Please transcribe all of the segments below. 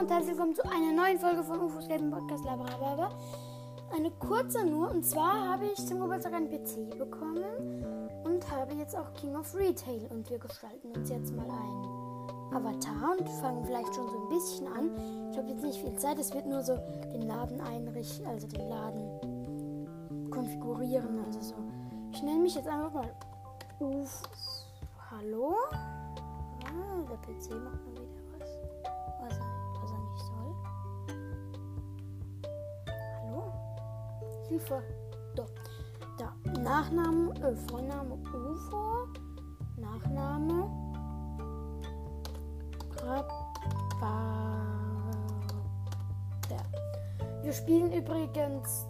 und herzlich willkommen zu einer neuen Folge von UFOs Gaming Podcast Labrababa. Eine kurze nur, und zwar habe ich zum Geburtstag einen PC bekommen und habe jetzt auch King of Retail und wir gestalten uns jetzt mal einen Avatar und fangen vielleicht schon so ein bisschen an. Ich habe jetzt nicht viel Zeit, es wird nur so den Laden einrichten, also den Laden konfigurieren, also so. Ich nenne mich jetzt einfach mal UFOs. Hallo? Ah, der PC macht mal wieder was er nicht soll. Hallo? Hilfe. Doch. Da. Nachname, Vorname UFO. Nachname Wir spielen übrigens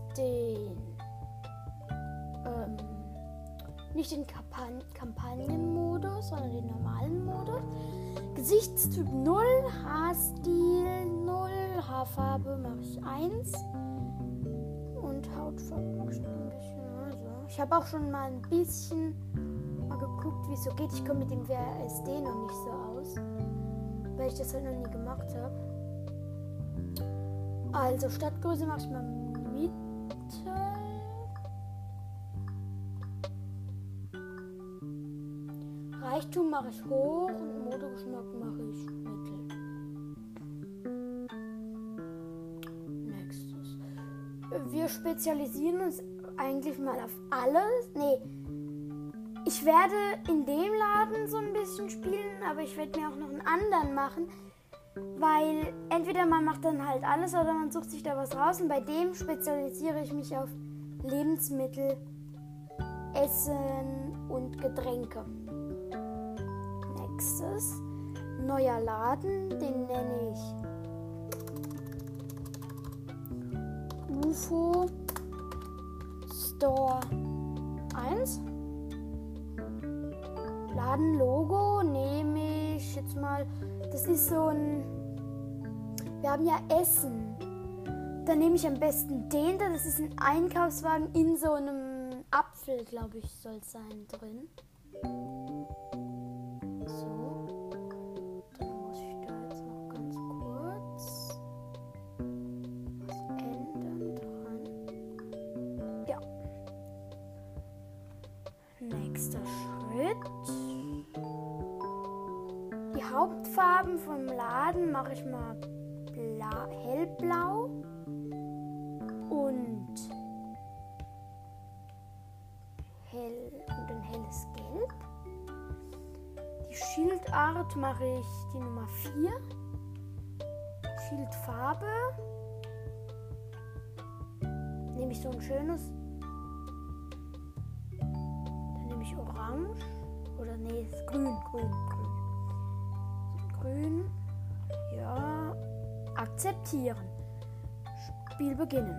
nicht den Kampagnenmodus, sondern den normalen Modus. Gesichtstyp 0, Haarstil 0, Haarfarbe mache ich 1 und Hautfarbe mache ich noch ein bisschen. Also. Ich habe auch schon mal ein bisschen geguckt, wie es so geht. Ich komme mit dem WASD noch nicht so aus, weil ich das halt noch nie gemacht habe. Also Stadtgröße mache ich mal Mitte. Reichtum mache ich hoch und Modegeschmack mache ich mittel. Nächstes. Wir spezialisieren uns eigentlich mal auf alles. Nee, ich werde in dem Laden so ein bisschen spielen, aber ich werde mir auch noch einen anderen machen, weil entweder man macht dann halt alles oder man sucht sich da was raus und bei dem spezialisiere ich mich auf Lebensmittel, Essen und Getränke. Nächstes, neuer Laden, den nenne ich UFO Store 1. Ladenlogo nehme ich jetzt mal, das ist so ein, wir haben ja Essen. Dann nehme ich am besten den da, das ist ein Einkaufswagen in so einem Apfel, glaube ich, soll es sein drin. So, dann muss ich da jetzt noch ganz kurz was ändern dran. Ja. Nächster Schritt. Die Hauptfarben vom Laden mache ich mal hellblau und ein helles Gelb. Die Schildart mache ich die Nummer 4. Schildfarbe nehme ich so ein schönes. Dann nehme ich orange. Oder nee, ist grün. Grün. Ja. Akzeptieren. Spiel beginnen.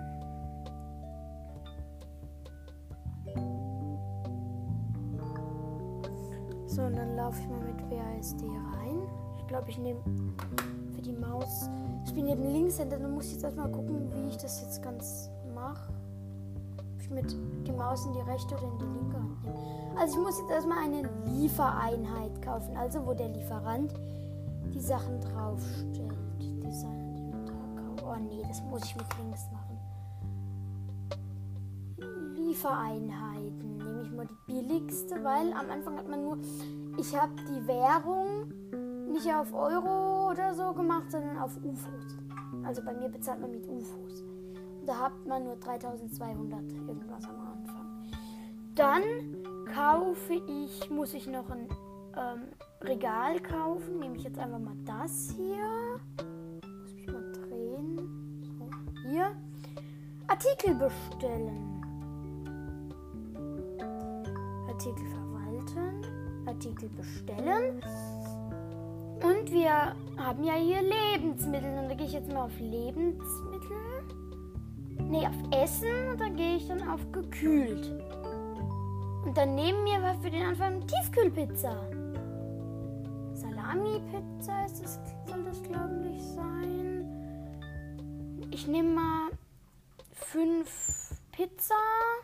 So, und dann laufe ich mal mit WASD rein. Ich glaube, ich nehme für die Maus. Ich bin neben Linkshänder, dann muss ich jetzt erstmal gucken, wie ich das jetzt ganz mache. Ob ich mit die Maus in die rechte oder in die linke Hand nehme. Also ich muss jetzt erstmal eine Liefereinheit kaufen, also wo der Lieferant die Sachen draufstellt. Oh nee, das muss ich mit links machen. Liefereinheiten. Nehme ich mal die billigste, weil am Anfang hat man nur... Ich habe die Währung nicht auf Euro oder so gemacht, sondern auf UFOs. Also bei mir bezahlt man mit UFOs. Und da hat man nur 3200 irgendwas am Anfang. Dann muss ich noch ein Regal kaufen. Nehme ich jetzt einfach mal das hier. Muss mich mal drehen. So, hier. Artikel bestellen. Artikel verwalten. Artikel bestellen. Und wir haben ja hier Lebensmittel. Und da gehe ich jetzt mal auf Lebensmittel. Nee, auf Essen. Und dann gehe ich dann auf gekühlt. Und dann nehmen wir für den Anfang Tiefkühlpizza. Salami-Pizza soll das, glaube ich, sein. Ich nehme mal 5 Pizza,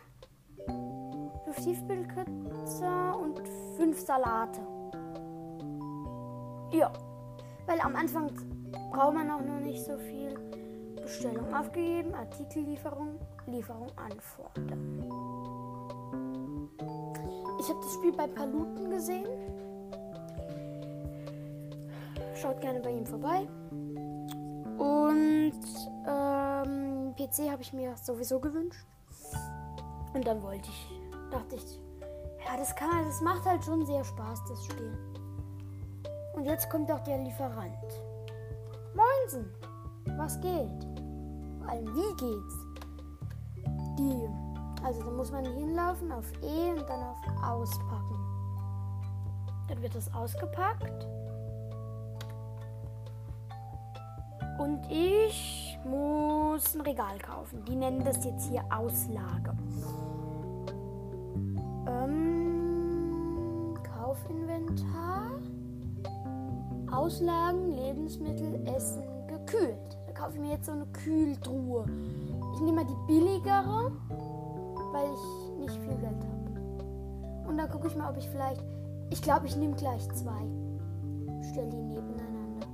5 Tiefkühlpizza und 5 Salate. Ja, weil am Anfang Braucht man auch noch nicht so viel. Bestellung aufgegeben, Artikellieferung, Lieferung anfordern. Ich habe das Spiel bei Paluten gesehen. Schaut gerne bei ihm vorbei. Und PC habe ich mir sowieso gewünscht. Und dann dachte ich, ja, das macht halt schon sehr Spaß, das Spiel. Und jetzt kommt auch der Lieferant. Moinsen, was geht? Vor allem, wie geht's? Also da muss man hinlaufen auf E und dann auf Auspacken. Dann wird das ausgepackt. Und ich muss ein Regal kaufen. Die nennen das jetzt hier Auslage. Kaufinventar. Auslagen, Lebensmittel, Essen, gekühlt. Da kaufe ich mir jetzt so eine Kühltruhe. Ich nehme mal die billigere, weil ich nicht viel Geld habe. Und dann gucke ich mal, ob ich vielleicht... Ich glaube, ich nehme gleich 2. Stelle die nebeneinander.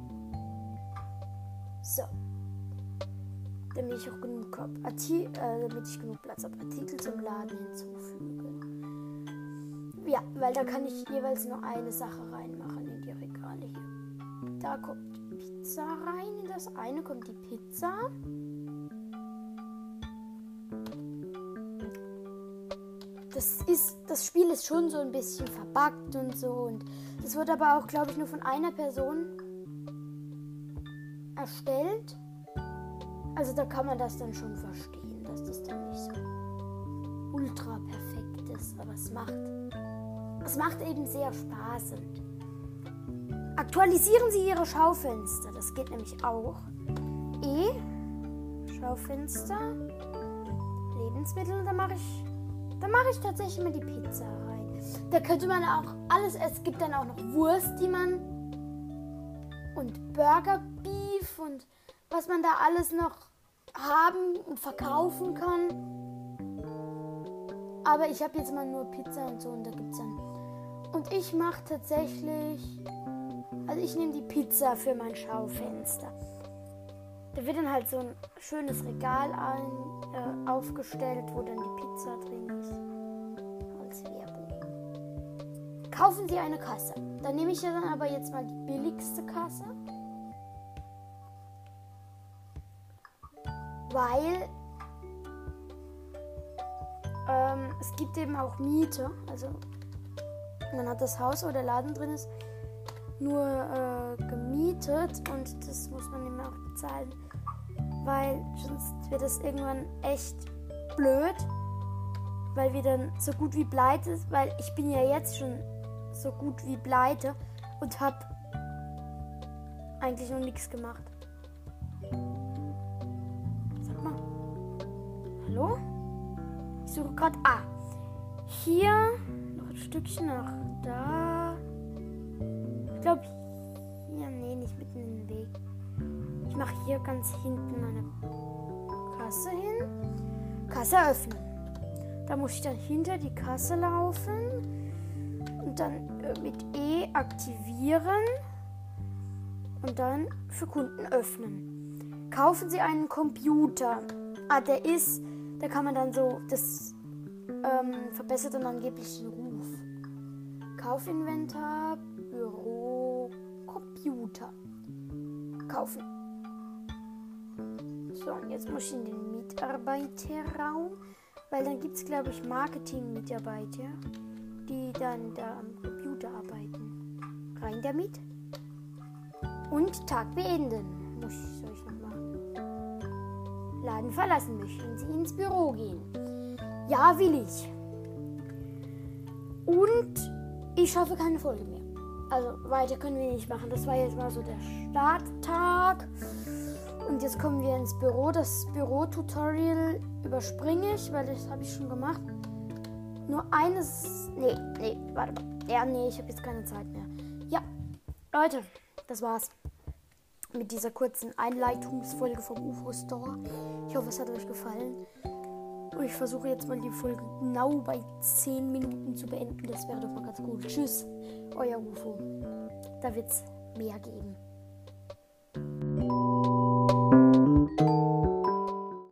So. Damit ich auch genug habe. Damit ich genug Platz habe. Artikel zum Laden hinzufügen. Ja, weil da kann ich jeweils nur eine Sache reinmachen in die Regale hier. Da kommt Pizza rein. In das eine kommt die Pizza. Das Spiel ist schon so ein bisschen verbuggt und so. Und das wird aber auch, glaube ich, nur von einer Person erstellt. Also da kann man das dann schon verstehen, dass das dann nicht so ultra perfekt ist. Aber es macht eben sehr Spaß. Und aktualisieren Sie Ihre Schaufenster. Das geht nämlich auch. Schaufenster, Lebensmittel, da mache ich tatsächlich mal die Pizza rein. Da könnte man auch alles, es gibt dann auch noch Wurst, und Burger, Beef und was man da alles noch haben und verkaufen kann. Aber ich habe jetzt mal nur Pizza und so und da gibt's dann. Und ich mache tatsächlich, also ich nehme die Pizza für mein Schaufenster. Da wird dann halt so ein schönes Regal aufgestellt, wo dann die Pizza drin ist. Als Werbung. Kaufen Sie eine Kasse. Dann nehme ich ja dann aber jetzt mal die billigste Kasse. Weil es gibt eben auch Miete. Also man hat das Haus, wo der Laden drin ist, nur gemietet und das muss man immer auch bezahlen, weil sonst wird das irgendwann echt blöd, weil wir dann so gut wie pleite sind, weil ich bin ja jetzt schon so gut wie pleite und habe eigentlich noch nichts gemacht. Sag mal. Hallo? Ich suche gerade... hier noch ein Stückchen nach da. Ich glaube, hier, nee, nicht mitten in den Weg. Ich mache hier ganz hinten meine Kasse hin. Kasse öffnen. Da muss ich dann hinter die Kasse laufen und dann mit E aktivieren und dann für Kunden öffnen. Kaufen Sie einen Computer. Da kann man dann so, das verbessert dann angeblich den Ruf. Kaufinventar, Büro, Computer. Kaufen. So, und jetzt muss ich in den Mitarbeiterraum, weil dann gibt es, glaube ich, Marketing-Mitarbeiter, die dann da am Computer arbeiten. Rein damit. Und Tag beenden. Soll ich noch machen. Laden verlassen. Möchten Sie ins Büro gehen? Ja, will ich. Und ich schaffe keine Folge mehr. Also weiter können wir nicht machen. Das war jetzt mal so der Starttag. Und jetzt kommen wir ins Büro. Das Büro-Tutorial überspringe ich, weil das habe ich schon gemacht. Nur eines... Nee, warte mal. Ja, nee, ich habe jetzt keine Zeit mehr. Ja, Leute, das war's. Mit dieser kurzen Einleitungsfolge vom UFO Store. Ich hoffe, es hat euch gefallen. Und ich versuche jetzt mal die Folge genau bei 10 Minuten zu beenden. Das wäre doch mal ganz gut. Tschüss, euer UFO. Da wird's mehr geben.